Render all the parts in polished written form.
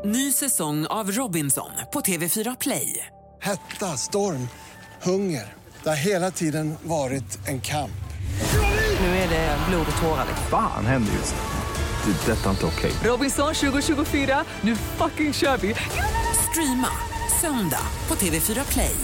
Ny säsong av Robinson på TV4 Play. Hetta, storm, hunger. Det har hela tiden varit en kamp. Nu är det blod och tårar. Fan händer just nu. Det. Detta är inte okej. Robinson 2024, nu fucking kör vi. Streama söndag på TV4 Play.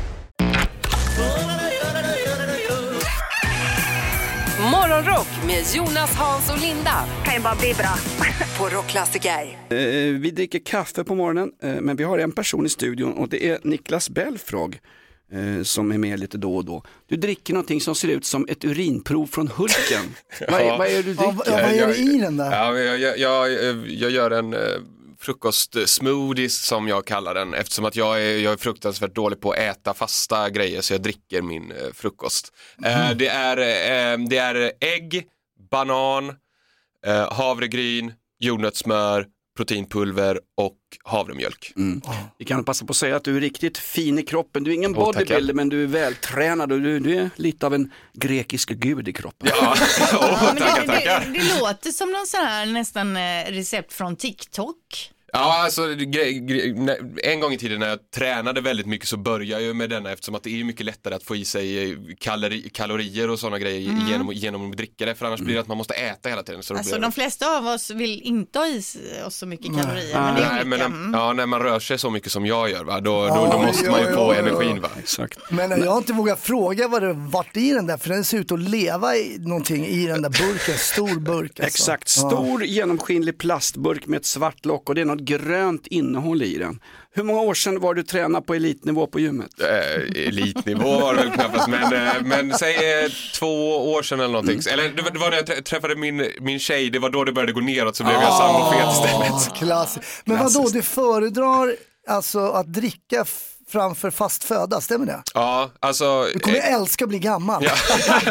Morgonrock med Jonas, Hans och Linda. Kan ju bara bli bra. På Rockklassiker. Vi dricker kaffe på morgonen, men vi har en person i studion och det är Niklas Belfrage som är med lite då och då. Du dricker någonting som ser ut som ett urinprov från Hulken. Vad är det du dricker? Vad är det i den där? Ja, jag gör en frukostsmoothie som jag kallar den, eftersom att jag är fruktansvärt dålig på att äta fasta grejer, så jag dricker min frukost. Det är ägg, banan, havregryn, jordnötssmör, proteinpulver och havremjölk. Vi kan passa på att säga att du är riktigt fin i kroppen. Du är ingen bodybuilder, men du är vältränad och du är lite av en grekisk gud i kroppen. Ja, det låter som någon sån här nästan recept från TikTok. Ja, alltså en gång i tiden när jag tränade väldigt mycket så började jag med denna, eftersom att det är mycket lättare att få i sig kalorier och sådana grejer genom att dricka det, för annars blir det att man måste äta hela tiden. Så alltså de flesta av oss vill inte ha i oss så mycket kalorier. Men det är mycket. När man rör sig så mycket som jag gör, va, då måste man ju få energin. Va? Exakt. Men jag har inte vågat fråga vad det varit i den där, för den ser ut att leva i någonting i den där burken, stor burk. Alltså. Exakt, stor genomskinlig plastburk med ett svart lock och det är något grönt innehåll i den. Hur många år sedan var du tränade på elitnivå på gymmet? Elitnivå var det väl knappast, men säg 2 år sedan eller någonting. Eller det var när jag träffade min tjej, det var då det började gå neråt, så blev jag sambofet istället. Klass. Men vadå, du föredrar alltså att dricka framför fast föda, stämmer det? Ja, alltså... Du kommer älska att bli gammal. Ja.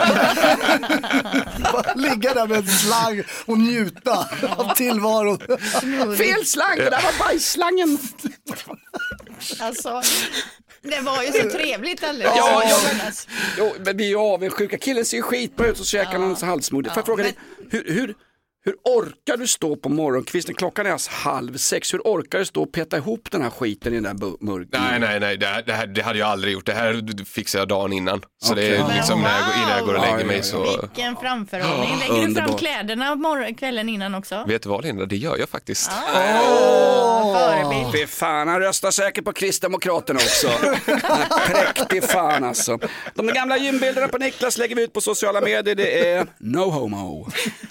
Bara ligga där med en slang och njuta av tillvaron. Fel slang, det där var bajsslangen. Alltså, det var ju så trevligt alldeles. Ja, men vi är ju avundsjuka. Killen ser ju skitbra ut och så käkar någon halsmodigt. Får jag fråga dig, hur orkar du stå på morgonkvisten? Klockan är 5:30. Hur orkar du stå och peta ihop den här skiten i den där murken? Nej, det hade jag aldrig gjort. Det här fixar jag dagen innan. Så det är liksom innan jag går och lägger mig så... Vilken framförhållning. Lägger du fram kläderna kvällen innan också? Vet du vad, Linda? Det gör jag faktiskt. Förebild. Fy fan, han röstar säkert på Kristdemokraterna också. Präktig fan alltså. De gamla gymbilderna på Niklas lägger vi ut på sociala medier. Det är no homo.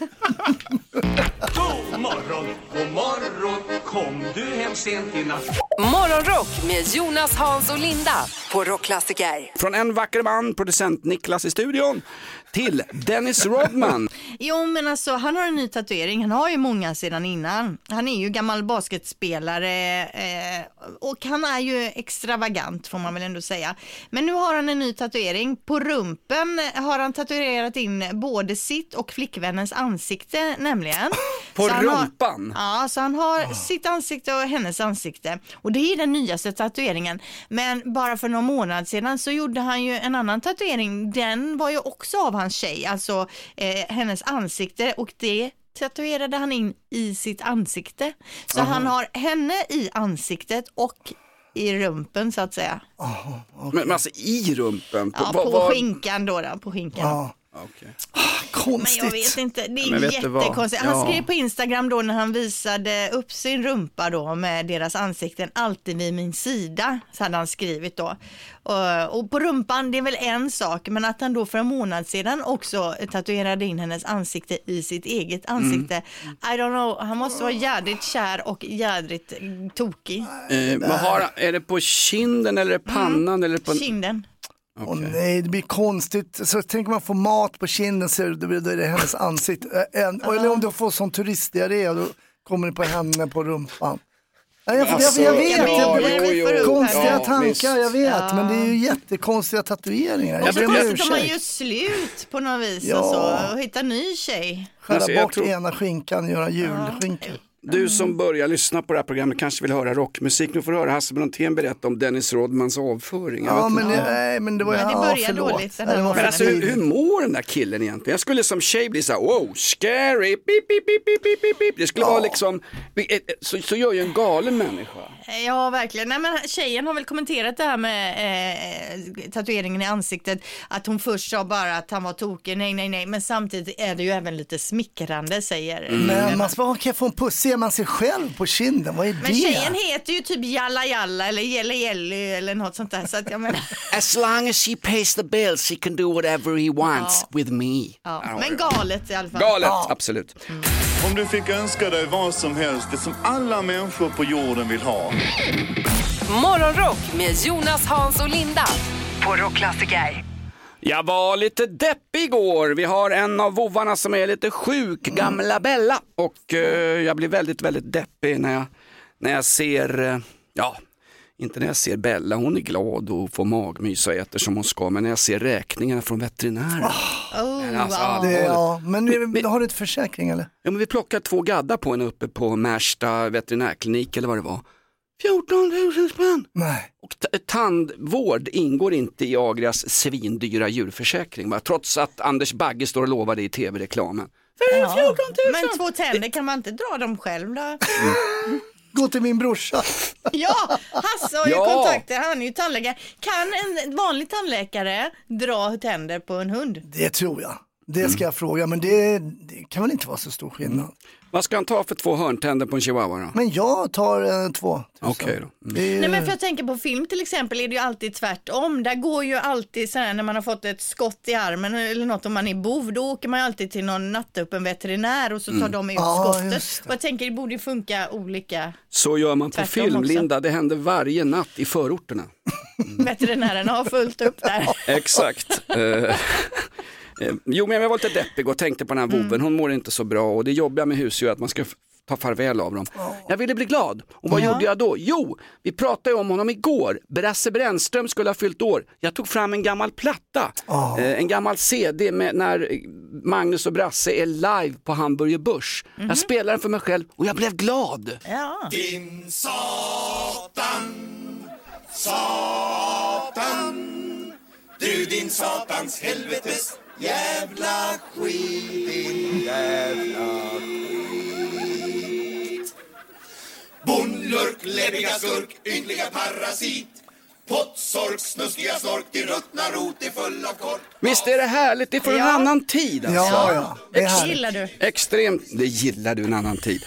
God morgon, kom du hem sent i natt. Morgonrock med Jonas, Hans och Linda på Rockklassiker. Från en vacker man, producent Niklas i studion, till Dennis Rodman. Jo, men alltså han har en ny tatuering. Han har ju många sedan innan. Han är ju gammal basketspelare och han är ju extravagant, får man väl ändå säga. Men nu har han en ny tatuering. På rumpen har han tatuerat in både sitt och flickvännens ansikte, nämligen. På så rumpan? Så han har sitt ansikte och hennes ansikte. Och det är den nyaste tatueringen. Men bara för någon månad sedan så gjorde han ju en annan tatuering. Den var ju också av hans tjej, alltså hennes ansikte, och det tatuerade han in i sitt ansikte. Så han har henne i ansiktet och i rumpen, så att säga. Okay. Men alltså i rumpen? På skinkan då, på skinkan. Okay. Konstigt. Men jag vet inte, det är jättekonstigt. Han skrev på Instagram då när han visade upp sin rumpa då med deras ansikten, alltid vid min sida, så hade han skrivit då. Och på rumpan, det är väl en sak, men att han då för en månad sedan också tatuerade in hennes ansikte i sitt eget ansikte. I don't know, han måste vara jädrigt kär och jädrigt tokig. Är det på kinden eller pannan? Eller på kinden? Okay. Nej, det blir konstigt. Så tänker man få mat på kinden, så då är det hennes ansikte. Eller om du får sån turistdiarré, då kommer det på henne på rumpan. Jag vet. Konstiga tankar, jag vet. Men det är ju jättekonstiga tatueringar. Och så konstigt man ju slut på något vis och hitta ny tjej. Skära bort ena skinkan och göra julskinkan. Du som börjar lyssna på det här programmet kanske vill höra rockmusik. Nu får du höra Hasse Brontén berätta om Dennis Rodmans avföring. Ja, men det var det börjar dåligt. Men alltså, hur mår den där killen egentligen? Jag skulle som tjej bli så här, wow, scary, pip, pip, pip, pip, pip, pip. Det skulle vara liksom, så gör ju en galen människa. Ja, verkligen. Nej, men tjejen har väl kommenterat det här med tatueringen i ansiktet. Att hon först sa bara att han var tokig, nej. Men samtidigt är det ju även lite smickrande, säger Men man kan få en puss, ser man sig själv på kinden, vad är det? Men tjejen heter ju typ Jalla Jalla eller Jelle Jelly eller något sånt där. Så att jag menar... As long as he pays the bills he can do whatever he wants with me. Ja. Men galet i alla fall. Galet, absolut. Om du fick önska dig vad som helst, det som alla människor på jorden vill ha. Morgonrock med Jonas, Hans och Linda på Rockklassiker. Jag var lite deppig igår. Vi har en av vovarna som är lite sjuk, gamla Bella. Och jag blir väldigt, väldigt deppig när jag ser, inte när jag ser Bella, hon är glad och får magmys och äter som hon ska. Men när jag ser räkningarna från veterinären. Men har du ett försäkring eller? Ja, men vi plockade 2 gaddar på henne uppe på Märsta veterinärklinik eller vad det var. 14 000 spänn. Nej. Och tandvård ingår inte i Agrias svindyra djurförsäkring. Trots att Anders Bagge står och lovar det i tv-reklamen. 14 000. Men 2 tänder, kan man inte dra dem själv då? Gå till min brorsa. Ja, Hasse har ju kontakter, han är ju tandläkare. Kan en vanlig tandläkare dra tänder på en hund? Det tror jag. Det ska jag fråga, men det kan väl inte vara så stor skillnad. Vad ska han ta för 2 hörntänder på en chihuahua då? Men jag tar 2. Okej då. Nej, men för jag tänker på film till exempel är det ju alltid tvärtom. Där går ju alltid så här när man har fått ett skott i armen eller något, om man är bov, då åker man ju alltid till någon nattöppen veterinär och så tar de ut skottet. Och jag tänker det borde ju funka olika. Så gör man på film, också. Linda, det händer varje natt i förorterna. Veterinärerna har fullt upp där. Exakt. Jo, men jag var lite deppig och tänkte på den här voven. Hon mår inte så bra och det jobbiga med husdjur är att man ska ta farväl av dem. Jag ville bli glad. Och vad gjorde jag då? Jo, vi pratade om honom igår. Brasse Brännström skulle ha fyllt år. Jag tog fram en gammal platta. En gammal CD med när Magnus och Brasse är live på Hamburger Börs. Jag spelade den för mig själv och jag blev glad. Ja. Din Satan, du din satans helvetes jävla skit, din jävla skit. Bondlurk, läbbiga skurk, ynkliga parasit, pottsork, snuskiga snork, din ruttna rot är full av kork. Visst är det härligt, det är för en annan tid alltså. Ja. Det gillar du. Extremt, det gillar du en annan tid.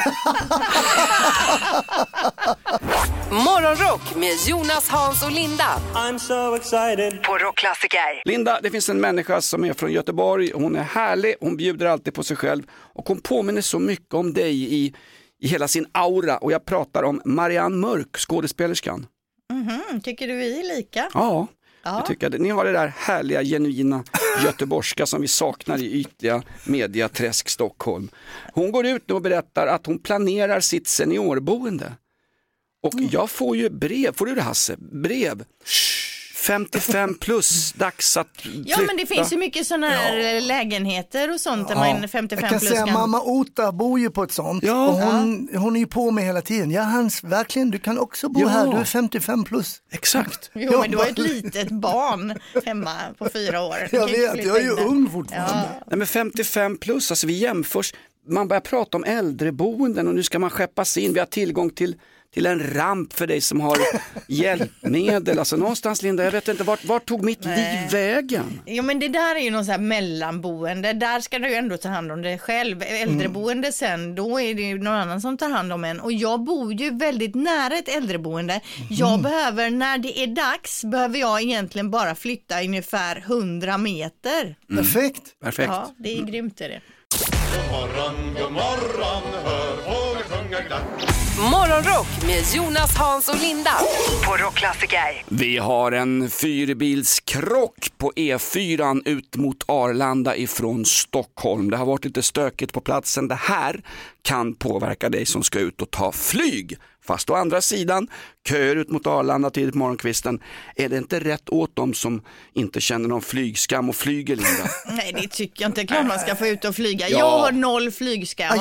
Morgonrock med Jonas, Hans och Linda. I'm so excited. På Rockklassiker. Linda, det finns en människa som är från Göteborg. Hon är härlig, hon bjuder alltid på sig själv. Och hon påminner så mycket om dig i hela sin aura. Och jag pratar om Marianne Mörk, skådespelerskan. Tycker du vi är lika? Ja. Jag tycker att ni har det där härliga, genuina göteborgska som vi saknar i ytliga mediaträsk Stockholm. Hon går ut nu och berättar att hon planerar sitt seniorboende. Och jag får ju brev, får du det Hasse? Brev. 55 plus, dags att flytta. Ja, men det finns ju mycket sådana här lägenheter och sånt där man 55 jag kan plus säga, mamma Ota bor ju på ett sånt. Och hon är ju på mig hela tiden. Ja, Hans, verkligen, du kan också bo här, du är 55 plus. Exakt. Jo, men du har ett litet barn hemma på 4 år. Jag vet, jag är ju ung fortfarande. Nej, men 55 plus, alltså vi jämförs. Man börjar prata om äldreboenden och nu ska man skeppas in. Vi har tillgång till en ramp för dig som har hjälpmedel. Alltså någonstans, Linda, jag vet inte, vart tog mitt liv vägen? Jo, men det där är ju någon sån här mellanboende. Där ska du ju ändå ta hand om det själv. Äldreboende sen, då är det ju någon annan som tar hand om en. Och jag bor ju väldigt nära ett äldreboende. Jag behöver, när det är dags, behöver jag egentligen bara flytta ungefär 100 meter. Perfekt. Ja, det är grymt är det. God morgon, hör fåglar sjunga glatt. Morgonrock med Jonas, Hans och Linda på Rockklassiker. Vi har en 4-bilskrock på E4 ut mot Arlanda ifrån Stockholm. Det har varit lite stökigt på platsen. Det här kan påverka dig som ska ut och ta flyg Fast å andra sidan, köer ut mot Arlanda tidigt morgonkvisten, är det inte rätt åt dem som inte känner någon flygskam och flyger, Linda? Nej, det tycker jag inte. Klart man ska få ut och flyga. Ja. Jag har 0 flygskam.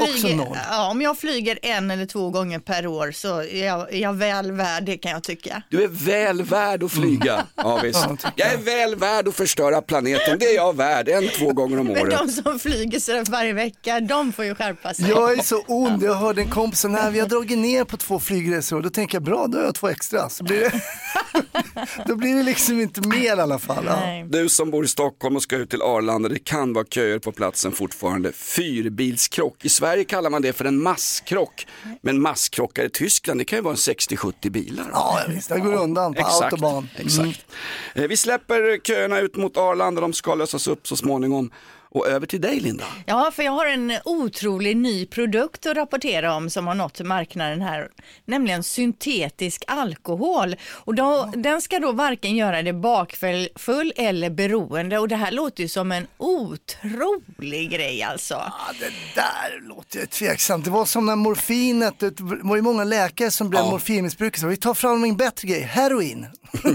Om jag flyger 1 eller 2 gånger per år så är jag väl värd, det kan jag tycka. Du är väl värd att flyga. Ja, visst. Jag är väl värd att förstöra planeten. Det är jag värd 1-2 gånger om året. Men de som flyger så varje vecka, de får ju skärpa sig. Jag är så ond. Jag hörde en kompis när vi har dragit ner på 2 flygresor. Då tänker jag, bra, då har jag 2 extra. Så blir det då blir det liksom inte mer i alla fall. Ja. Du som bor i Stockholm och ska ut till Arlanda, det kan vara köer på platsen fortfarande. Fyrbilskrock. I Sverige kallar man det för en masskrock. Men masskrockar i Tyskland, det kan ju vara en 60-70 bilar. Ja, visst. Det går undan på autobahn. Exakt. Vi släpper köerna ut mot Arlanda, de ska lösas upp så småningom. Och över till dig, Linda. Ja, för jag har en otrolig ny produkt att rapportera om som har nått marknaden här, nämligen syntetisk alkohol. Och den ska då varken göra det bakfull eller beroende. Och det här låter ju som en otrolig grej alltså. Ja, det där låter ju tveksamt. Det var som när morfinet, det var ju många läkare som blev morfinmissbrukare. Så vi tar fram en bättre grej, heroin.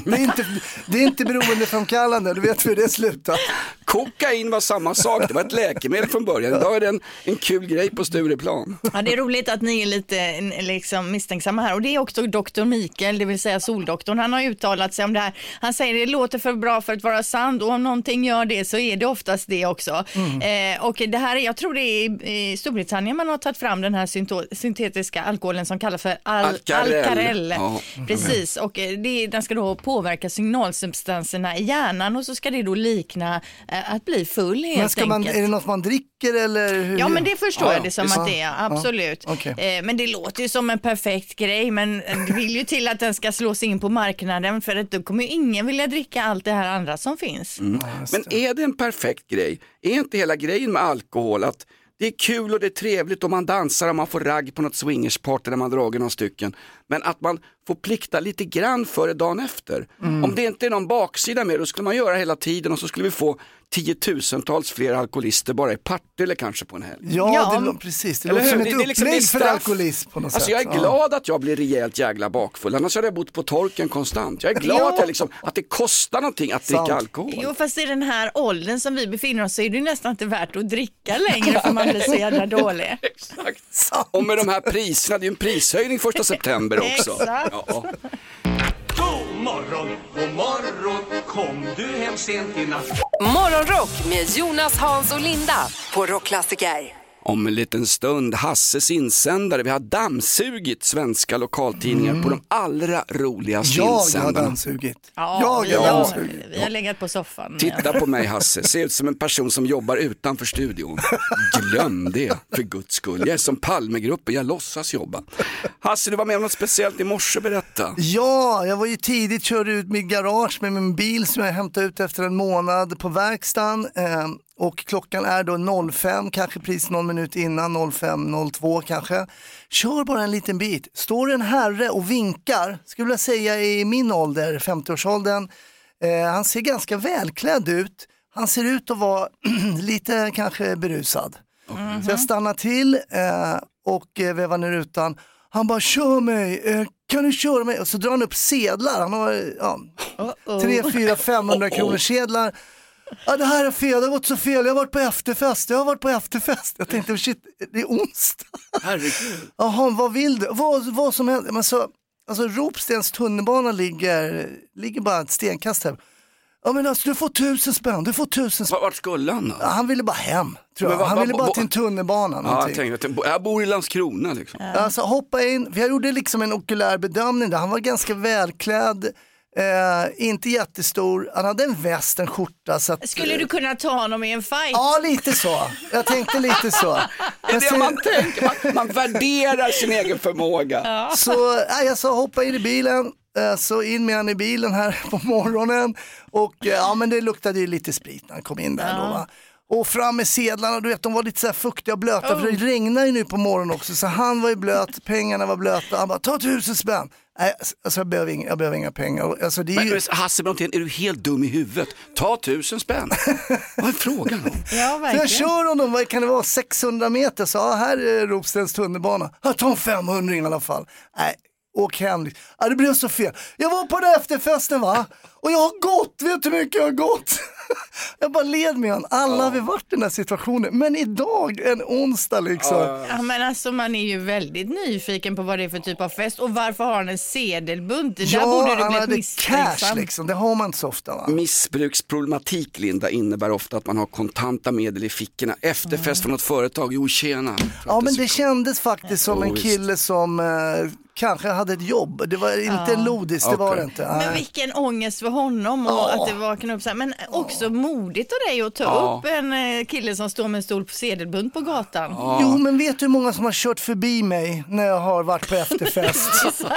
det är inte beroendeframkallande, du vet hur det slutar. Kokain var samma sak, det var ett läkemedel från början. Idag är det en kul grej på Stureplan. Ja, det är roligt att ni är lite liksom misstänksamma här. Och det är också Dr. Mikael, det vill säga Soldoktorn. Han har uttalat sig om det här. Han säger det låter för bra för att vara sant, och om någonting gör det så är det oftast det också. Och det här, jag tror det är i Storbritannien man har tagit fram den här syntetiska alkoholen som kallas för Alcarell. Ja. Precis, och den ska då påverka signalsubstanserna i hjärnan, och så ska det då likna att bli full helt enkelt. Är det något man dricker eller hur? Ja, men det förstår jag det som att det är, absolut. Ja, okay. Men det låter ju som en perfekt grej, men det vill ju till att den ska slås in på marknaden, för att då kommer ju ingen vilja dricka allt det här andra som finns. Men är det en perfekt grej? Är inte hela grejen med alkohol att det är kul och det är trevligt och man dansar och man får ragg på något swingersparty där man drager några stycken. Men att man får plikta lite grann före dagen efter. Om det inte är någon baksida med, då skulle man göra hela tiden, och så skulle vi få 10-tusentals fler alkoholister bara i Partille kanske på en helg. Ja, precis. Det låter som ett upplägg för alkoholism på något sätt. Jag är glad att jag blir rejält jävla bakfull. Annars hade jag bott på torken konstant. Jag är glad att det kostar någonting att dricka alkohol. Jo, fast i den här åldern som vi befinner oss så är det nästan inte värt att dricka längre, för man blir så jävla dålig. Exakt. Och med de här priserna, det är ju en prishöjning 1 september också. Exakt. Ja. God morgon, kom du hem sent i natt? Morgonrock med Jonas, Hans och Linda på Rockklassiker. Om en liten stund Hasses insändare. Vi har dammsugit svenska lokaltidningar på de allra roligaste insändarna. Jag har dammsugit. Vi har legat på soffan. Titta på mig, Hasse. Ser ut som en person som jobbar utanför studion. Glöm det, för guds skull. Jag är som Palmegruppen, jag låtsas jobba. Hasse, du var med om något speciellt i morse, berätta. Ja, jag var ju tidigt, körde ut mitt garage med min bil som jag hämtade ut efter en månad på verkstaden. Och klockan är då 05, kanske precis någon minut innan, 05:02 kanske. Kör bara en liten bit. Står en herre och vinkar, skulle jag säga i min ålder, 50-årsåldern. Han ser ganska välklädd ut. Han ser ut att vara lite kanske berusad. Så jag stannar till och vevar ner rutan. Han bara, kör mig, kan du köra mig? Och så drar han upp sedlar. Han har 3, 4, 500 kronor sedlar. Ja, det här är fel, det har gått så fel. Jag har varit på efterfest. Jag tänkte, shit, det är onsdag. Herregud. Jaha, vad vill du? Vad som helst. Men så, alltså Ropstens tunnelbana ligger bara ett stenkast här. Ja, men alltså, du får 1000 spänn. Vart skulle han då? Ja, han ville bara hem, tror jag. Han ville bara till en tunnelbana. Ja, jag bor i Landskrona liksom. Alltså hoppa in, för jag gjorde liksom en okulär bedömning där. Han var ganska välklädd. Inte jättestor. Han hade en väst, en skjorta så att, skulle du kunna ta honom i en fight? Ja, lite så. Jag tänkte lite så. Det är det man tänker. Man värderar sin egen förmåga. Ja. Så jag sa hoppa in i bilen. Så in med han i bilen här på morgonen. Och men det luktade ju lite sprit när han kom in där då, va? Och fram med sedlarna, du vet, de var lite så här fuktiga och blöta. För det regnar ju nu på morgonen också. Så han var ju blöt, pengarna var blöta. Han bara, ta 1000 spänn. Nej, alltså jag behöver inga pengar. Alltså, det är men Hasse Brontén, är du helt dum i huvudet? Ta 1000 spänn. Vad är frågan om? Ja, verkligen. Jag kör honom, vad kan det vara, 600 meter, så här är Ropstens tunnelbana. Jag tar 500 i alla fall. Nej, åk hem. Ja, det blev så fel. Jag var på den efterfesten, va? Och jag har gått, vet du hur mycket jag har gått? Jag bara led med honom. Alla har vi varit i den här situationen. Men idag, en onsdag liksom. Ja, men alltså man är ju väldigt nyfiken på vad det är för typ av fest. Och varför har han en sedelbunt? Där borde det bli cash liksom. Det har man inte så ofta, va? Missbruksproblematik, Linda, innebär ofta att man har kontanta medel i fickorna. Efterfest från något företag, jo tjena. Ja, men det kändes faktiskt som en kille som kanske hade ett jobb. Det var inte en lodis, det var det inte. Men vilken ångest för honom och att det vaknade upp så här. Men också modigt av dig att ta upp en kille som står med en stol på sedelbunt på gatan. Jo, men vet du hur många som har kört förbi mig när jag har varit på efterfest?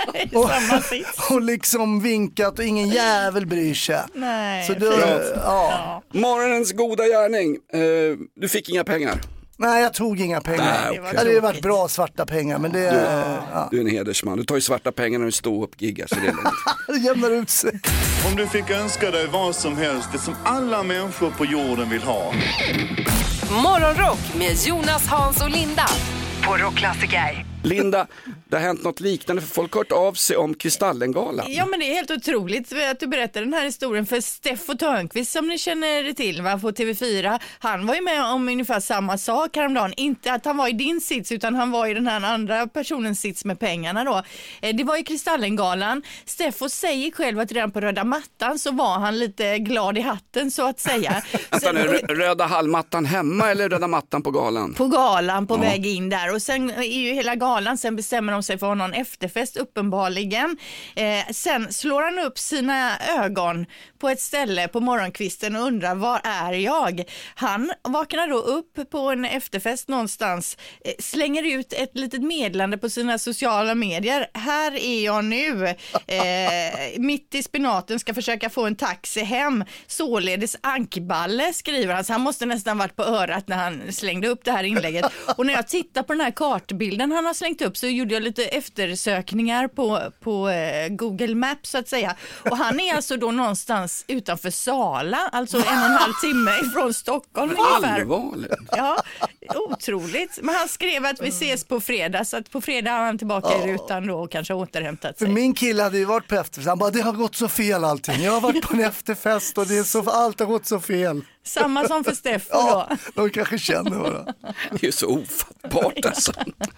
och liksom vinkat och ingen jävel bryr sig. Nej, så då, Morgonens goda gärning. Du fick inga pengar. Nej, jag tog inga pengar. Nej, okay. Det hade ju varit bra svarta pengar, men det... Du är en hedersman. Du tar ju svarta pengar när du står upp giggar, så det är lugnt. Det jämnar ut sig. Om du fick önska dig vad som helst, det som alla människor på jorden vill ha. Morgonrock med Jonas, Hans och Linda på Rockklassiker. Linda, det har hänt något liknande, för folk har hört av sig om Kristallengalan. Ja, men det är helt otroligt att du berättar den här historien, för Steffo Törnqvist, som ni känner till, va, på TV4, han var ju med om ungefär samma sak häromdagen. Inte att han var i din sits, utan han var i den här andra personens sits med pengarna då. Det var i Kristallengalan. Steffo säger själv att redan på röda mattan så var han lite glad i hatten, så att säga. Sen, röda hallmattan hemma eller röda mattan på galan? På galan, på väg in där. Och sen är ju hela galan, sen bestämmer de sig för någon efterfest uppenbarligen. Sen slår han upp sina ögon på ett ställe på morgonkvisten och undrar, var är jag? Han vaknar då upp på en efterfest någonstans, slänger ut ett litet meddelande på sina sociala medier. Här är jag nu. Mitt i spinaten, ska försöka få en taxi hem. Således ankballe, skriver han. Så han måste nästan varit på örat när han slängde upp det här inlägget. Och när jag tittar på den här kartbilden han har slängt upp, så gjorde jag lite eftersökningar på Google Maps, så att säga. Och han är alltså då någonstans utanför Sala, alltså 1,5 timme ifrån Stockholm ungefär. Allvarligt. Ja, otroligt. Men han skrev att vi ses på fredag, så att på fredag är han tillbaka i rutan då och kanske återhämtat sig. För min kille hade ju varit på efterfest. Han bara, det har gått så fel allting. Jag har varit på en efterfest och allt har gått så fel. Samma som för Steffo då. De kanske känner varandra. Det är ju så ofattbart alltså.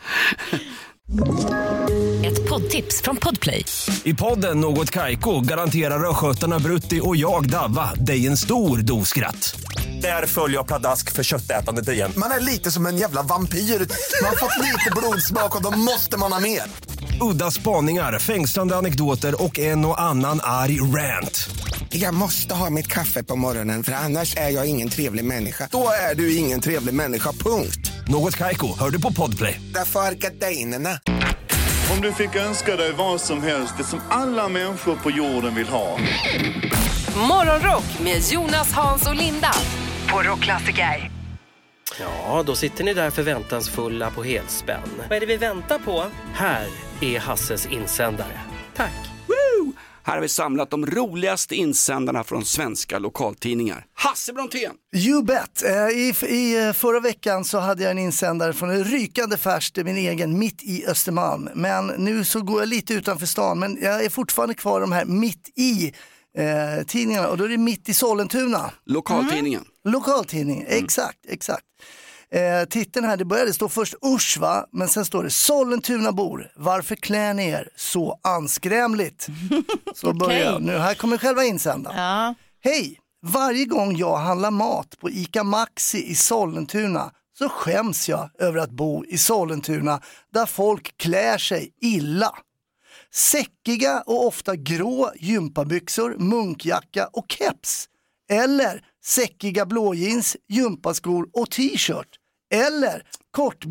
Ett poddtips från Podplay. I podden Något Kaiko garanterar röskötarna Brutti och jag Davva dig en stor doskratt. Där följer jag pladask för köttätandet igen. Man är lite som en jävla vampyr. Man har fått lite blodsmak och då måste man ha mer. Udda spaningar, fängslande anekdoter och en och annan arg rant. Jag måste ha mitt kaffe på morgonen, för annars är jag ingen trevlig människa. Då är du ingen trevlig människa, punkt. Något Kaiko, hör du på Podplay. Därför är gardinerna. Om du fick önska dig vad som helst, det som alla människor på jorden vill ha. Morgonrock med Jonas, Hans och Linda på Rockklassiker. Ja, då sitter ni där förväntansfulla på helspänn. Vad är det vi väntar på? Här är Hasses insändare. Tack. Woo! Här har vi samlat de roligaste insändarna från svenska lokaltidningar. Hasse Brontén! You bet! I förra veckan så hade jag en insändare från en rykande färst, min egen, mitt i Östermalm. Men nu så går jag lite utanför stan, men jag är fortfarande kvar de här mitt i tidningarna, och då är det mitt i Sollentuna. Lokaltidningen. Lokaltidningen, exakt. Titeln här, det står först usch, va? Men sen står det Sollentunabor, varför klär ni er så anskrämligt? Så börjar nu, här kommer själva insändaren. Ja. Hej, varje gång jag handlar mat på Ica Maxi i Sollentuna så skäms jag över att bo i Sollentuna där folk klär sig illa. Säckiga och ofta grå gympabyxor, munkjacka och keps. Eller säckiga blåjeans, gympaskor och t-shirt. Eller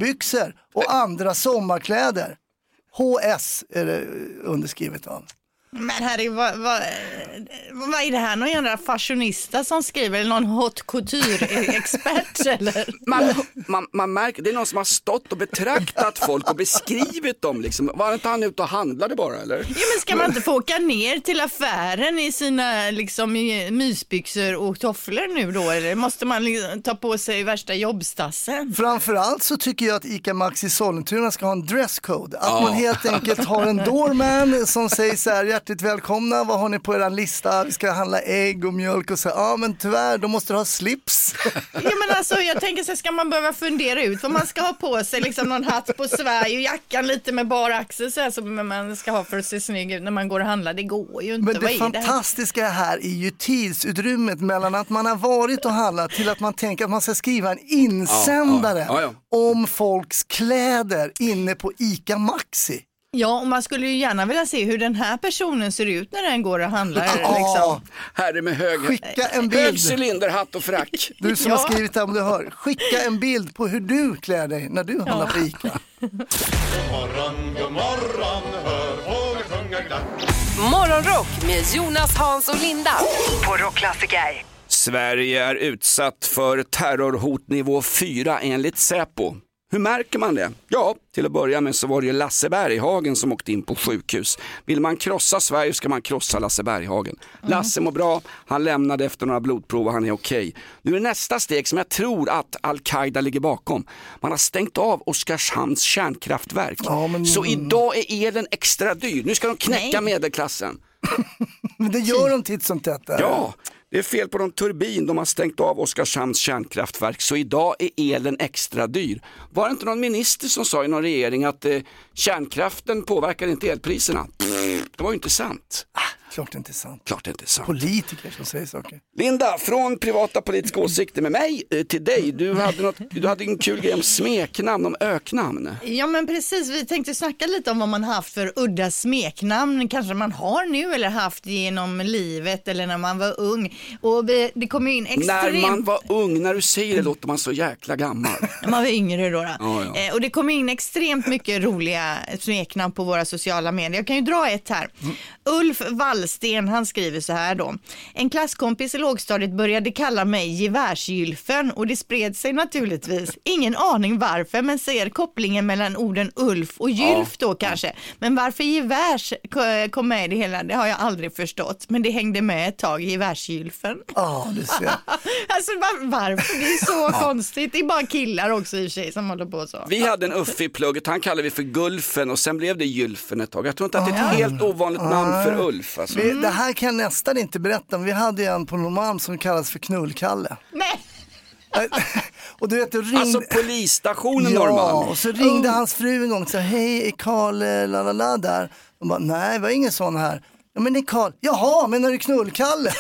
kortbyxor och andra sommarkläder. HS är det underskrivet av. Men herre, vad är det här? Någon jävla fashionista som skriver, eller någon haute couture-expert eller? Man märker, det är någon som har stått och betraktat folk och beskrivit dem liksom. Var inte han ute och handlade bara eller? Ja, men ska man inte få åka ner till affären i sina liksom mysbyxor och tofflor nu då? Eller måste man liksom ta på sig värsta jobbstassen? Framförallt så tycker jag att ICA Maxi Sollentuna ska ha en dresscode. Att man helt enkelt har en doorman som säger så här: hjärtligt välkomna, vad har ni på er lista? Vi ska handla ägg och mjölk och så. Ja, men tyvärr, då måste du ha slips. Ja, men alltså jag tänker så ska man behöva fundera ut vad man ska ha på sig, liksom någon hatt på Sverige och jackan lite med bara axel så här, som man ska ha för att se snygg ut när man går och handlar. Det går ju inte. Men det fantastiska här är ju tidsutrymmet mellan att man har varit och handlat till att man tänker att man ska skriva en insändare om folks kläder inne på ICA Maxi. Ja, och man skulle ju gärna vilja se hur den här personen ser ut när den går och handlar. Liksom. Herre med skicka en bild. Hög cylinderhatt och frack. Du som har skrivit det, om du hör. Skicka en bild på hur du klär dig när du handlar på ICA. God morgon, hör fåglar sjunga glatt. Morgonrock med Jonas, Hans och Linda på Rockklassiker. Sverige är utsatt för terrorhotnivå 4 enligt Säpo. Hur märker man det? Ja, till att börja med så var det ju Lasse Berghagen som åkte in på sjukhus. Vill man krossa Sverige ska man krossa Lasse Berghagen. Lasse mår bra, han lämnade efter några blodprov och han är okej. Nu är nästa steg som jag tror att Al-Qaida ligger bakom. Man har stängt av Oskarshamns kärnkraftverk. Så idag är elen extra dyr. Nu ska de knäcka medelklassen. Men det gör de titt som tätt. Ja. Det är fel på någon turbin, de har stängt av Oskarshamns kärnkraftverk så idag är elen extra dyr. Var det inte någon minister som sa i någon regering att kärnkraften påverkar inte elpriserna? Det var ju inte sant. Klart inte sant. Klart inte sant. Politiker som säger saker. Linda, från privata politiska åsikter med mig till dig. Du hade en kul grej om smeknamn, om öknamn. Ja men precis, vi tänkte snacka lite om vad man haft för udda smeknamn. Kanske man har nu eller haft genom livet eller när man var ung. Och det kom in extremt... När man var ung, när du säger det låter man så jäkla gammal. Man var yngre då. Ja. Och det kom in extremt mycket roliga smeknamn på våra sociala medier. Jag kan ju dra ett här. Ulf Wallsten, han skriver så här då. En klasskompis i lågstadiet började kalla mig gevärsgylfen och det spred sig naturligtvis. Ingen aning varför, men ser kopplingen mellan orden Ulf och gylf då kanske. Men varför gevärs kom med i det hela, det har jag aldrig förstått. Men det hängde med ett tag, gevärsgylfen. Det ser jag. Alltså varför? Det är så konstigt. Det är bara killar också i sig som håller på så. Vi hade en Uffe i plugget, han kallade vi för Gulfen och sen blev det Gylfen ett tag. Jag tror inte att det är ett helt ovanligt namn för Ulf. Alltså. Det här kan jag nästan inte berätta. Vi hade en på Norrmalm som kallas för Knullkalle. Nej! Och du vet, ringde... Alltså polisstationen Norrmalm. Och så ringde hans fru en gång och sa hej, är Karl lalala där? De bara, nej, det var ingen sån här. Ja, men det är Karl. Jaha, men är det Knullkalle?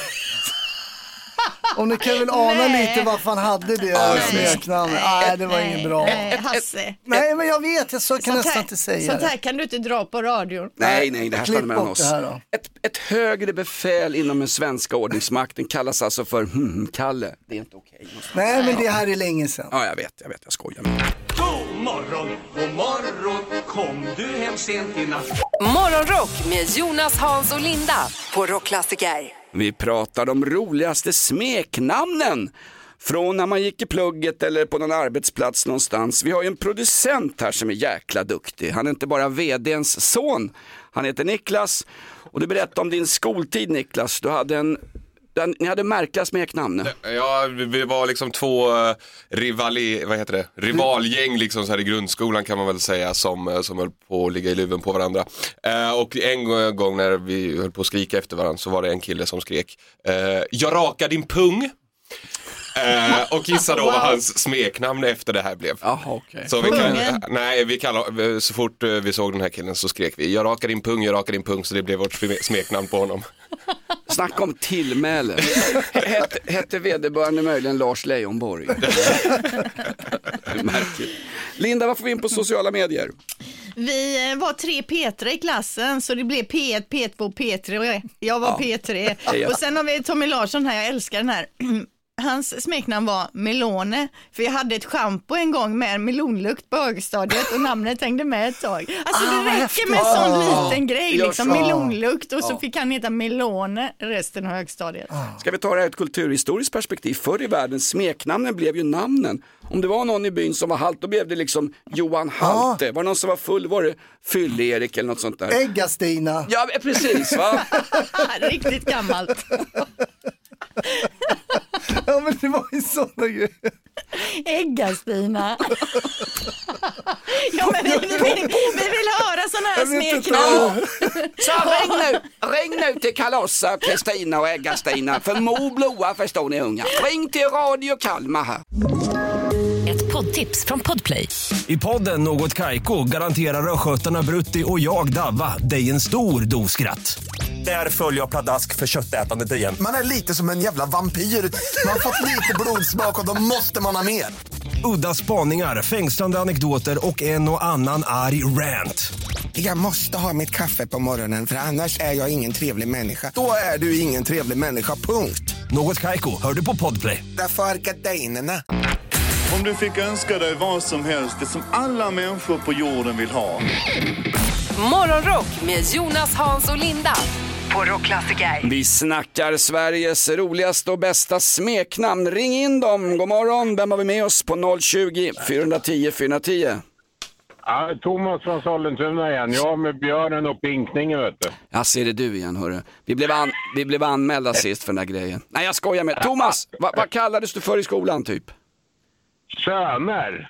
Om ni kan väl ana lite varför han hade det smeknamnet. Nej, det var inget bra. Hasse. Nej, men jag vet, jag kan nästan inte säga sånt här kan du inte dra på radion. Nej, det här stannar mellan oss. Här, ett högre befäl inom den svenska ordningsmakten kallas alltså för Kalle. Det är inte okej. Nej, men det här är länge sedan. Ja, jag vet, jag skojar. God morgon, kom du hem sent i natt. Morgonrock med Jonas, Hans och Linda på Rockklassiker. Vi pratar om roligaste smeknamnen från när man gick i plugget eller på någon arbetsplats någonstans. Vi har ju en producent här som är jäkla duktig. Han är inte bara vd:ns son. Han heter Niklas. Och du berättade om din skoltid, Niklas. Ni hade märkliga smeknamn. Ja, vi var liksom två rivalgäng liksom så här i grundskolan kan man väl säga som höll på att ligga i luven på varandra. Och en gång när vi höll på att skrika efter varandra så var det en kille som skrek jag rakar din pung. Och gissa då vad hans smeknamn efter det här blev. Aha, okay. Så så fort vi såg den här killen så skrek vi jag rakar din pung, så det blev vårt smeknamn på honom. Snacka om tillmäle. Hette vederbörande möjligen Lars Leijonborg? Märkligt. Linda, vad får vi in på sociala medier? Vi var 3 Petra i klassen, så det blev P1, P2, P3 och jag var P3. Och sen har vi Tommy Larsson här, jag älskar den här. hans smeknamn var Melone. För jag hade ett shampoo en gång med en melonlukt på högstadiet och namnet hängde med ett tag. Alltså det räcker med en sån liten grej, liksom melonlukt. Och så fick han heta Melone resten av högstadiet. Ska vi ta det här ett kulturhistoriskt perspektiv? Förr i världen, smeknamnen blev ju namnen. Om det var någon i byn som var halt, då blev det liksom Johan Halte. Var det någon som var full, var det Fyll-Erik eller något sånt där. Äggastina. Ja, precis va? Riktigt gammalt. Ja, men det var ju sådana grejer. Äggastina. Ja, men vi vill höra sådana här smeknamn. Så ring nu till Kalossa, Kristina och Äggastina. För Mo Bloa förstår ni unga. Ring till Radio Kalmar här. Ett poddtips från Podplay. I podden Något Kaiko garanterar skötarna Brutti och jag Davva dig en stor doskratt. Där följer jag pladask för köttätandet igen. Man är lite som en jävla vampyr. Man har fått lite blodsmak och då måste man ha mer. Udda spaningar, fängslande anekdoter och en och annan arg rant. Jag måste ha mitt kaffe på morgonen för annars är jag ingen trevlig människa. Då är du ingen trevlig människa, punkt. Något Kaiko, hör du på Podplay. Därför är gardinerna. Om du fick önska dig vad som helst, det som alla människor på jorden vill ha. Morgonrock med Jonas, Hans och Linda på Rockklassiker. Vi snackar Sveriges roligaste och bästa smeknamn. Ring in dem. God morgon. Vem har vi med oss på 020-410-410? Ja, Thomas från Sollentuna igen. Jag med björnen och pinkningen, vet du. Ja, ser det du igen, hörru. Vi blev anmälda sist för den där grejen. Nej, jag skojar med. Thomas, vad kallades du för i skolan typ? Söner.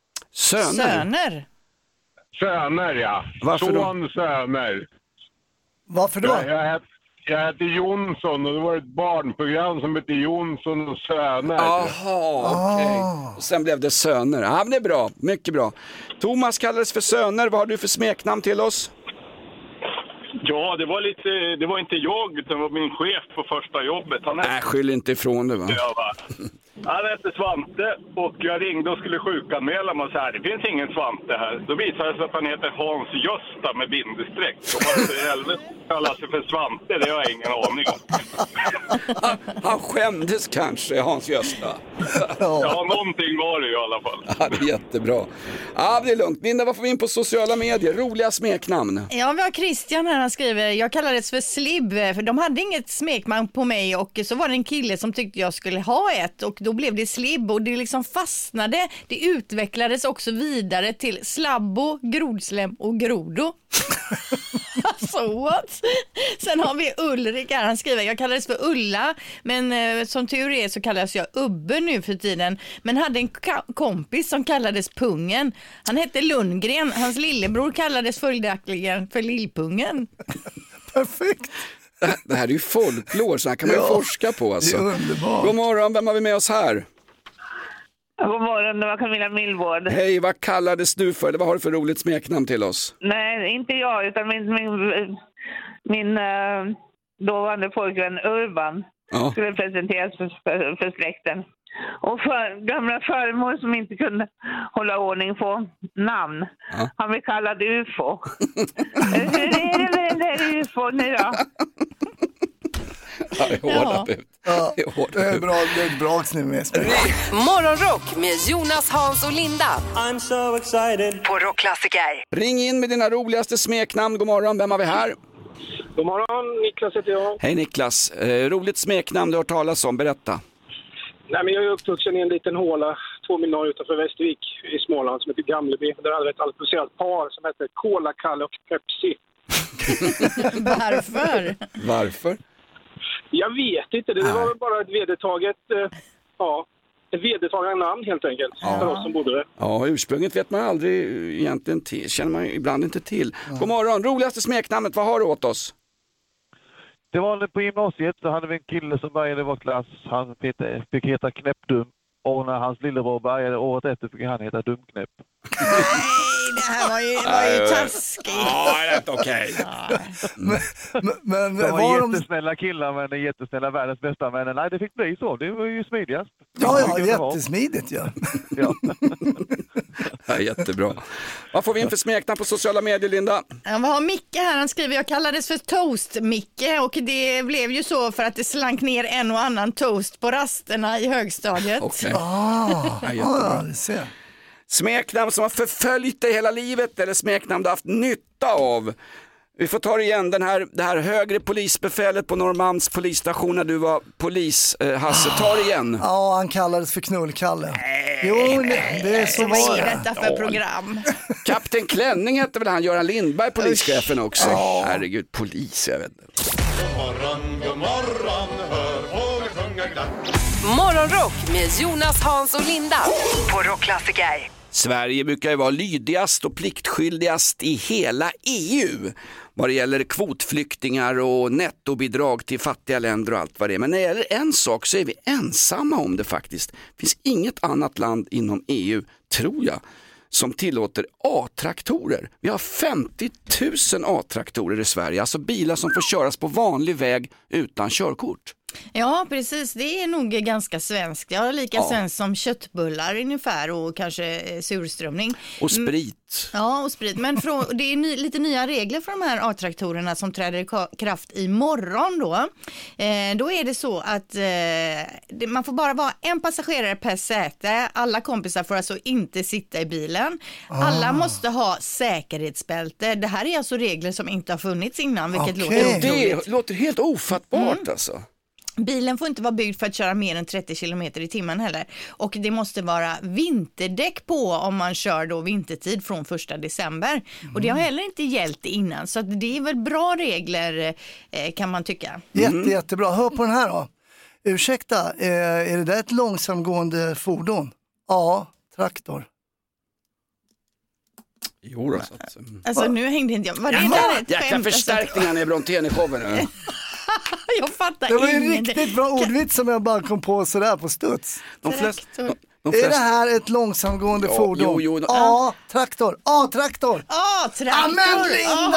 Söner? Söner, ja. Varför då? Söner. Varför då? Jag heter Jonsson och det var ett barnprogram som hette Jonsson och Söner. Jaha, okej. Och sen blev det Söner. Ja, men det är bra. Mycket bra. Thomas kallades för Söner. Vad har du för smeknamn till oss? Ja, det var inte jag utan det var min chef på första jobbet. Skyll inte ifrån det, va? Han hette Svante och jag ringde och skulle sjukanmäla mig och så här, det finns ingen Svante här. Då visade det sig att han heter Hans Gösta med bindestreck. Och varför i helvete kallar sig för Svante, det har jag ingen aning om. Han skämdes kanske, Hans Gösta. Ja, någonting var det i alla fall. Ja, det är jättebra. Ja, det är lugnt. Linda, vad får vi in på sociala medier? Roliga smeknamn. Ja, vi har Christian här, han skriver, jag kallades för Slib, för de hade inget smeknamn på mig och så var det en kille som tyckte jag skulle ha ett och då blev det Slib och det liksom fastnade. Det utvecklades också vidare till Slabbo, Grodslem och Grodo. Alltså what? Sen har vi Ulrik här, han skriver, jag kallades för Ulla, men som tur är så kallas jag Ubbe nu för tiden, men hade en kompis som kallades Pungen. Han hette Lundgren, hans lillebror kallades följaktligen för Lillpungen. Perfekt. Det här är ju folklor, så här kan man ju forska på alltså. Det är underbart. God morgon, vem har vi med oss här? God morgon, det var Camilla Millvård. Hej, vad kallades du för? Eller vad har du för roligt smeknamn till oss? Nej, inte jag, utan min dåvarande pojkvän Urban skulle presenteras för släkten. Och gamla farmor som inte kunde hålla ordning på namn. Han blev kallad UFO. Hur är det med den där UFO nu då? Ja, det är hårda bud. Ja, det är bra, det är ett bra avsnitt med Morgonrock med Jonas, Hans och Linda. I'm so excited. På Rockklassiker. Ring in med dina roligaste smeknamn. God morgon, vem har vi här? God morgon, Niklas heter jag. Hej Niklas, roligt smeknamn du har talat om, berätta. Nej, men jag är uppvuxen i en liten håla 2 mil norr utanför Västervik i Småland som heter Gamleby. Där hade ett alkoholiserat par som hette Cola, Kalle och Pepsi. Varför? Jag vet inte, det var bara ett vedertaget, ett vedertaget namn helt enkelt för oss som bodde där. Ja, ursprunget vet man aldrig egentligen till, känner man ibland inte till. God morgon, roligaste smeknamnet, vad har du åt oss? Det var på gymnasiet så hade vi en kille som började i vår klass, han fick heta Knäppdum. Och när hans lillebror började året efter fick han heta Dumknäpp. det här var ju taskigt. Ja, det är inte okej. Men de var var jättesnälla killar men är jättesnälla världens bästa. Men nej, det fick bli så. Det var ju smidigast. Ja, jättesmidigt ja. Ja, jättebra. Vad får vi in för smeknamn på sociala medier, Linda? Ja, vi har Micke här, han skriver jag kallades för Toast-Micke och det blev ju så för att det slank ner en och annan toast på rasterna i högstadiet. Okay. Det ser. Smeknamn som har förföljt dig hela livet eller smeknamn du har haft nytta av. Vi får ta det igen, det här högre polisbefälet på Norrmalms polisstation när du var polis, Hasse. Ta det igen. Ja, han kallades för Knullkalle. Jo, det är så vad är detta för program? Kapten Klänning hette väl han, Göran Lindberg, polischefen också. Herregud, polis, jag vet inte. God morgon, hör fåglar sjunga glatt. Morgonrock med Jonas, Hans och Linda på Rockklassiker. Sverige brukar ju vara lydigast och pliktskyldigast i hela EU vad det gäller kvotflyktingar och nettobidrag till fattiga länder och allt vad det är. Men när det gäller en sak så är vi ensamma om det faktiskt. Det finns inget annat land inom EU, tror jag, som tillåter A-traktorer. Vi har 50 000 A-traktorer i Sverige, alltså bilar som får köras på vanlig väg utan körkort. Ja, precis. Det är nog ganska svenskt. Ja, lika svenskt som köttbullar ungefär och kanske surströmming. Och sprit. Ja, och sprit. Men det är lite nya regler för de här A-traktorerna som träder i kraft imorgon då. Då är det så att man får bara vara en passagerare per säte. Alla kompisar får alltså inte sitta i bilen. Alla måste ha säkerhetsbälte. Det här är alltså regler som inte har funnits innan, vilket låter otroligt. Det låter helt ofattbart alltså. Bilen får inte vara byggd för att köra mer än 30 km i timmen heller. Och det måste vara vinterdäck på om man kör då vintertid från 1 december. Och det har heller inte gällt innan. Så att det är väl bra regler kan man tycka. Jättebra. Hör på den här då. Ursäkta, är det där ett långsamgående fordon? Ja, traktor. Jo då. Alltså nu hängde inte jag. Var det där jäkla förstärkningar i Brontén i showen nu. Jag fattar det var ju ingenting. riktigt bra ordvits som jag bara kom på sådär på studs. Är det här ett långsamgående fordon? A-traktor. A-traktor. A-traktor.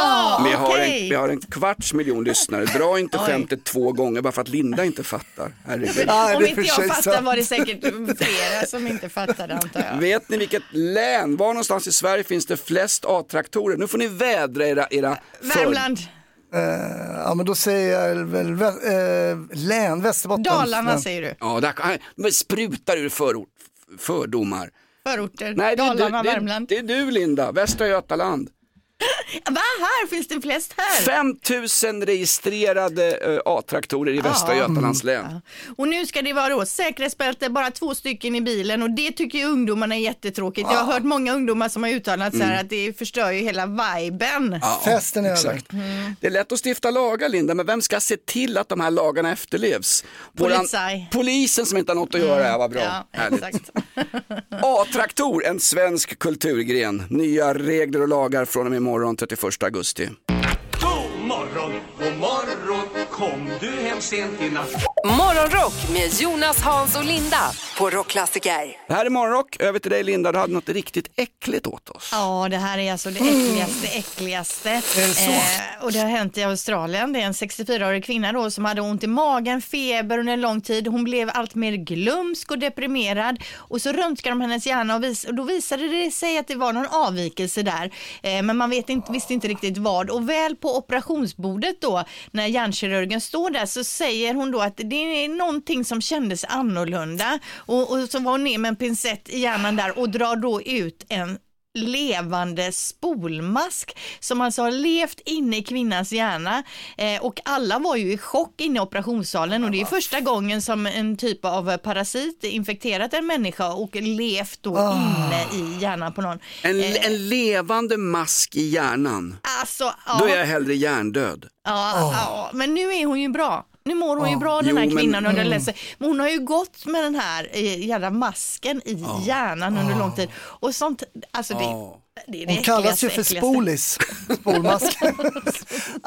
Vi har en 250 000 lyssnare. Dra inte skämtet 2 gånger bara för att Linda inte fattar. Herregud. Om inte jag fattar var det säkert flera som inte fattade, antar jag. Vet ni vilket län, var någonstans i Sverige finns det flest A-traktorer? Nu får ni vädra era Värmland. Ja, men då säger jag väl län, Västerbotten. Dalarna säger du. Ja, där sprutar ur fördomar. Förorter, Nej, Dalarna, Värmland. Det är du, Linda, Västra Götaland. Va, här finns det flest här? 5 000 registrerade A-traktorer i Västra Götalands län. Ja. Och nu ska det vara då säkerhetsbälte, bara 2 stycken i bilen, och det tycker ju ungdomarna är jättetråkigt. Jag har hört många ungdomar som har uttalat så här att det förstör ju hela viben. Ja, festen är exakt. Det är lätt att stifta lagar, Linda, men vem ska se till att de här lagarna efterlevs? Polisen som inte har något att göra här, vad bra. Ja, exakt. A-traktor, en svensk kulturgren. Nya regler och lagar från och med imorgon 31 augusti. God morgon, kom du hem sent i natt? Morgonrock med Jonas, Hans och Linda på Rockklassiker. Det här är Morgonrock, över till dig Linda, du hade något riktigt äckligt åt oss. Ja, det här är alltså det äckligaste. Och det har hänt i Australien. Det är en 64-årig kvinna då som hade ont i magen, feber under en lång tid. Hon blev allt mer glömsk och deprimerad. Och så röntgade de hennes hjärna och då visade det sig att det var någon avvikelse där. Men man visste inte riktigt vad. Och väl på operationsbordet då, när hjärnkirurgen står där, så säger hon då att det är någonting som kändes annorlunda. Och så var hon ner med en pincett i hjärnan där och drar då ut en levande spolmask som alltså har levt inne i kvinnans hjärna, och alla var ju i chock inne i operationssalen, och det är första gången som en typ av parasit infekterat en människa och levt då inne i hjärnan på någon. En levande mask i hjärnan. Alltså, då är jag hellre hjärndöd. Ja, men nu är hon ju bra. Nu mår hon ju bra, den här kvinnan. Men hon har ju gått med den här jävla masken i hjärnan under lång tid. Och sånt, alltså det är det hon kallas ju för spolis. Spolmask.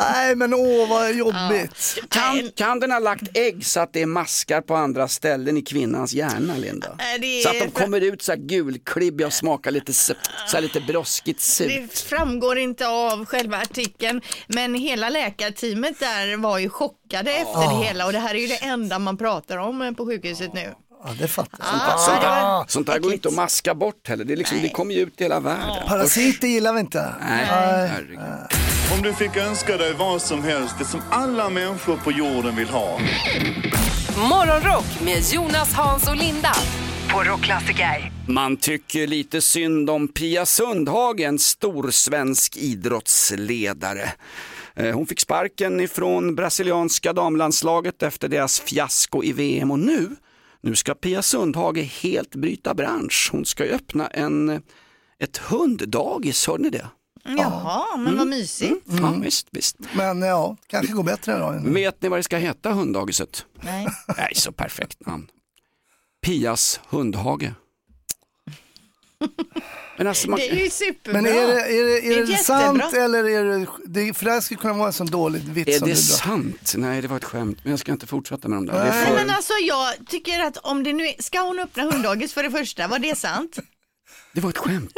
Nej men vad jobbigt. Kan den ha lagt ägg så att det är maskar på andra ställen i kvinnans hjärna, Linda? Så att de kommer ut så här gulklibbiga och smakar lite, så här lite broskigt surt. Det framgår inte av själva artikeln, men hela läkarteamet där var ju chockade efter det hela, och det här är ju det enda man pratar om på sjukhuset nu. Ja, det fattar sånt här går inte att maska bort heller. Det, är liksom, det kommer ju ut i hela världen. Parasiter gillar vi inte. Nej. Om du fick önska dig vad som helst, det som alla människor på jorden vill ha. Morgonrock med Jonas, Hans och Linda på Rockklassiker. Man tycker lite synd om Pia Sundhage, en stor svensk idrottsledare. Hon fick sparken ifrån brasilianska damlandslaget efter deras fiasko i VM, och nu ska Pia Sundhage helt bryta bransch. Hon ska öppna ett hunddagis, hörde ni det? Jaha, men vad mysigt. Ja, visst. Men kanske går bättre då. Vet ni vad det ska heta, hunddagiset? Nej. Nej, så perfekt namn. Pias hundhage. Men alltså det är ju superbra. Men är det sant eller är det för det här skulle kunna vara en sån dålig vits? Är det sant? Nej, det var ett skämt, men jag ska inte fortsätta med dem där. Nej, men alltså jag tycker att om det nu ska hon öppna hunddagis för det första, var det sant? Det var ett skämt.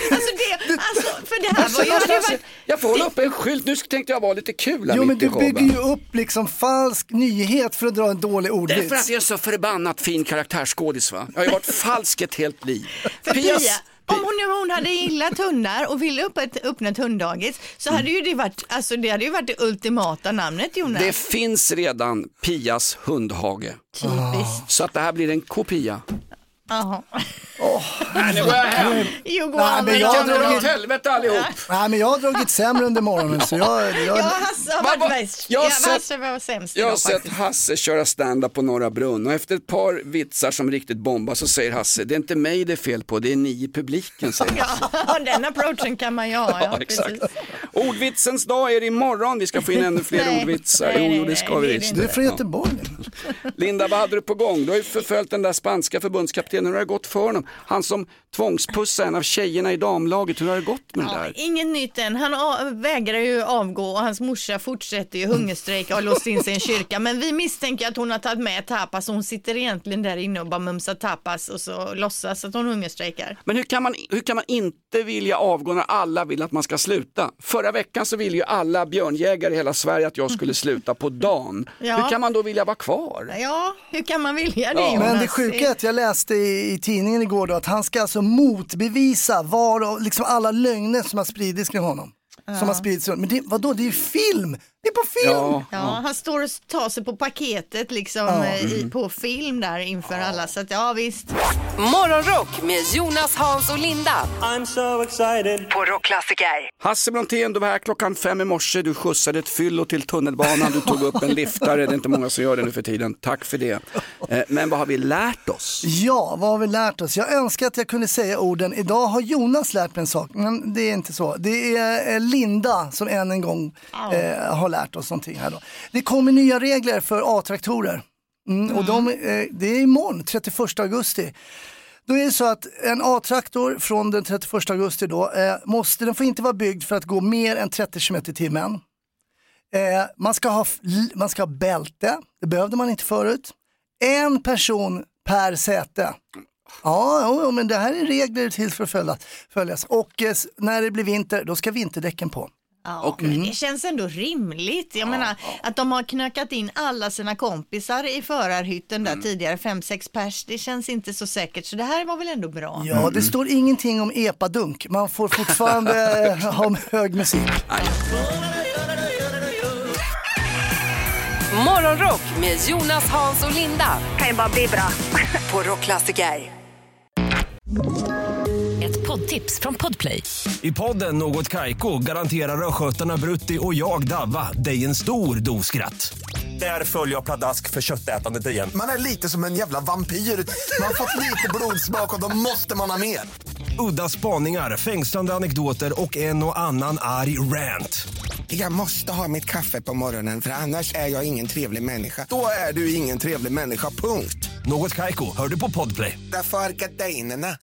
För det här var ju... Jag får hålla upp en skylt, nu tänkte jag vara lite kul. Jo, men du bygger ju upp liksom falsk nyhet för att dra en dålig ordvits. Det är för att jag är så förbannat fin karaktärsskådis, va? Jag har ju varit falsk ett helt liv. För Pia, om hon hade gillat hundar och ville öppna ett hunddagis, så hade ju det varit, alltså det hade ju varit det ultimata namnet, Jonas. Det finns redan Pias hundhage. Typiskt. Så att det här blir en kopia. Jaha. Nej, nu går jag hem. Men jag har dragit helvete allihop. Nej, men jag har dragit sämre under morgonen, så jag Hasse har varit bäst. Hasse var sämst. Jag har sett Hasse köra stand-up på Norra Brunn, och efter ett par vitsar som riktigt bombar så säger Hasse, det är inte mig det är fel på, det är ni i publiken, säger Hasse. Ja, den approachen kan man ju ha. Ja, exakt. Ordvitsens dag är imorgon. Vi ska få in ännu fler ordvitsar. Jo, det ska vi. Du är från Göteborg. Linda, vad hade du på gång? Du har ju förföljt den där spanska förbundskaptenen. Hur har det gått för honom? Han som tvångspussade en av tjejerna i damlaget. Hur har det gått med det där? Inget nytt än. Han vägrar ju avgå, och hans morsa fortsätter ju hungerstrejka och har låst in sig i en kyrka. Men vi misstänker att hon har tagit med tapas. Hon sitter egentligen där inne och bara mumsar tapas och så låtsas att hon hungerstrejkar. Men hur kan man inte vilja avgå när alla vill att man ska sluta? Förra veckan så ville ju alla björnjägare i hela Sverige att jag skulle sluta på dagen. Ja. Hur kan man då vilja vara kvar? Ja, hur kan man vilja det? Ja. Men det sjuka är att jag läste i tidningen igår då, att han ska alltså motbevisa liksom alla lögner som har spridits kring honom. Som har spridits. Men vadå, det är ju film! Det är på film! Ja, han står och tar sig på paketet liksom på film där inför alla. Så att visst. Morgonrock med Jonas, Hans och Linda. I'm so excited. På Rockklassiker. Hasse Brontén, du var här 5:00 i morse. Du skjutsade ett fyllo till tunnelbanan. Du tog upp en liftare. Det är inte många som gör det nu för tiden. Tack för det. Men vad har vi lärt oss? Ja, vad har vi lärt oss? Jag önskar att jag kunde säga orden. Idag har Jonas lärt mig en sak. Men det är inte så. Det är Linda som än en gång har lärt oss någonting här då. Det kommer nya regler för A-traktorer. Och det är imorgon, 31 augusti. Då är det så att en A-traktor från den 31 augusti då, den får inte vara byggd för att gå mer än 30 km i timmen. Man ska ha bälte, det behövde man inte förut. En person per säte. Ja, men det här är regler till för att följas. Och när det blir vinter, då ska vinterdäcken på. Ja, det känns ändå rimligt. Jag menar att de har knökat in alla sina kompisar i förarhytten där tidigare, 5-6 pers. Det känns inte så säkert, så det här var väl ändå bra. Ja, det står ingenting om epadunk. Man får fortfarande ha hög musik. Morgonrock med Jonas, Hans och Linda. Kan ju bara bli bra. På Rockklassiker. Ett poddtips från Podplay. I podden Något Kaiko garanterar röskötarna Brutti och jag Davva dig en stor doskratt. Där följer jag pladask för köttätandet igen. Man är lite som en jävla vampyr. Man har fått lite blodsmak och då måste man ha mer. Udda spaningar, fängslande anekdoter och en och annan arg rant. Jag måste ha mitt kaffe på morgonen, för annars är jag ingen trevlig människa. Då är du ingen trevlig människa, punkt. Något Kaiko, hör du på Podplay. Därför är gardinerna.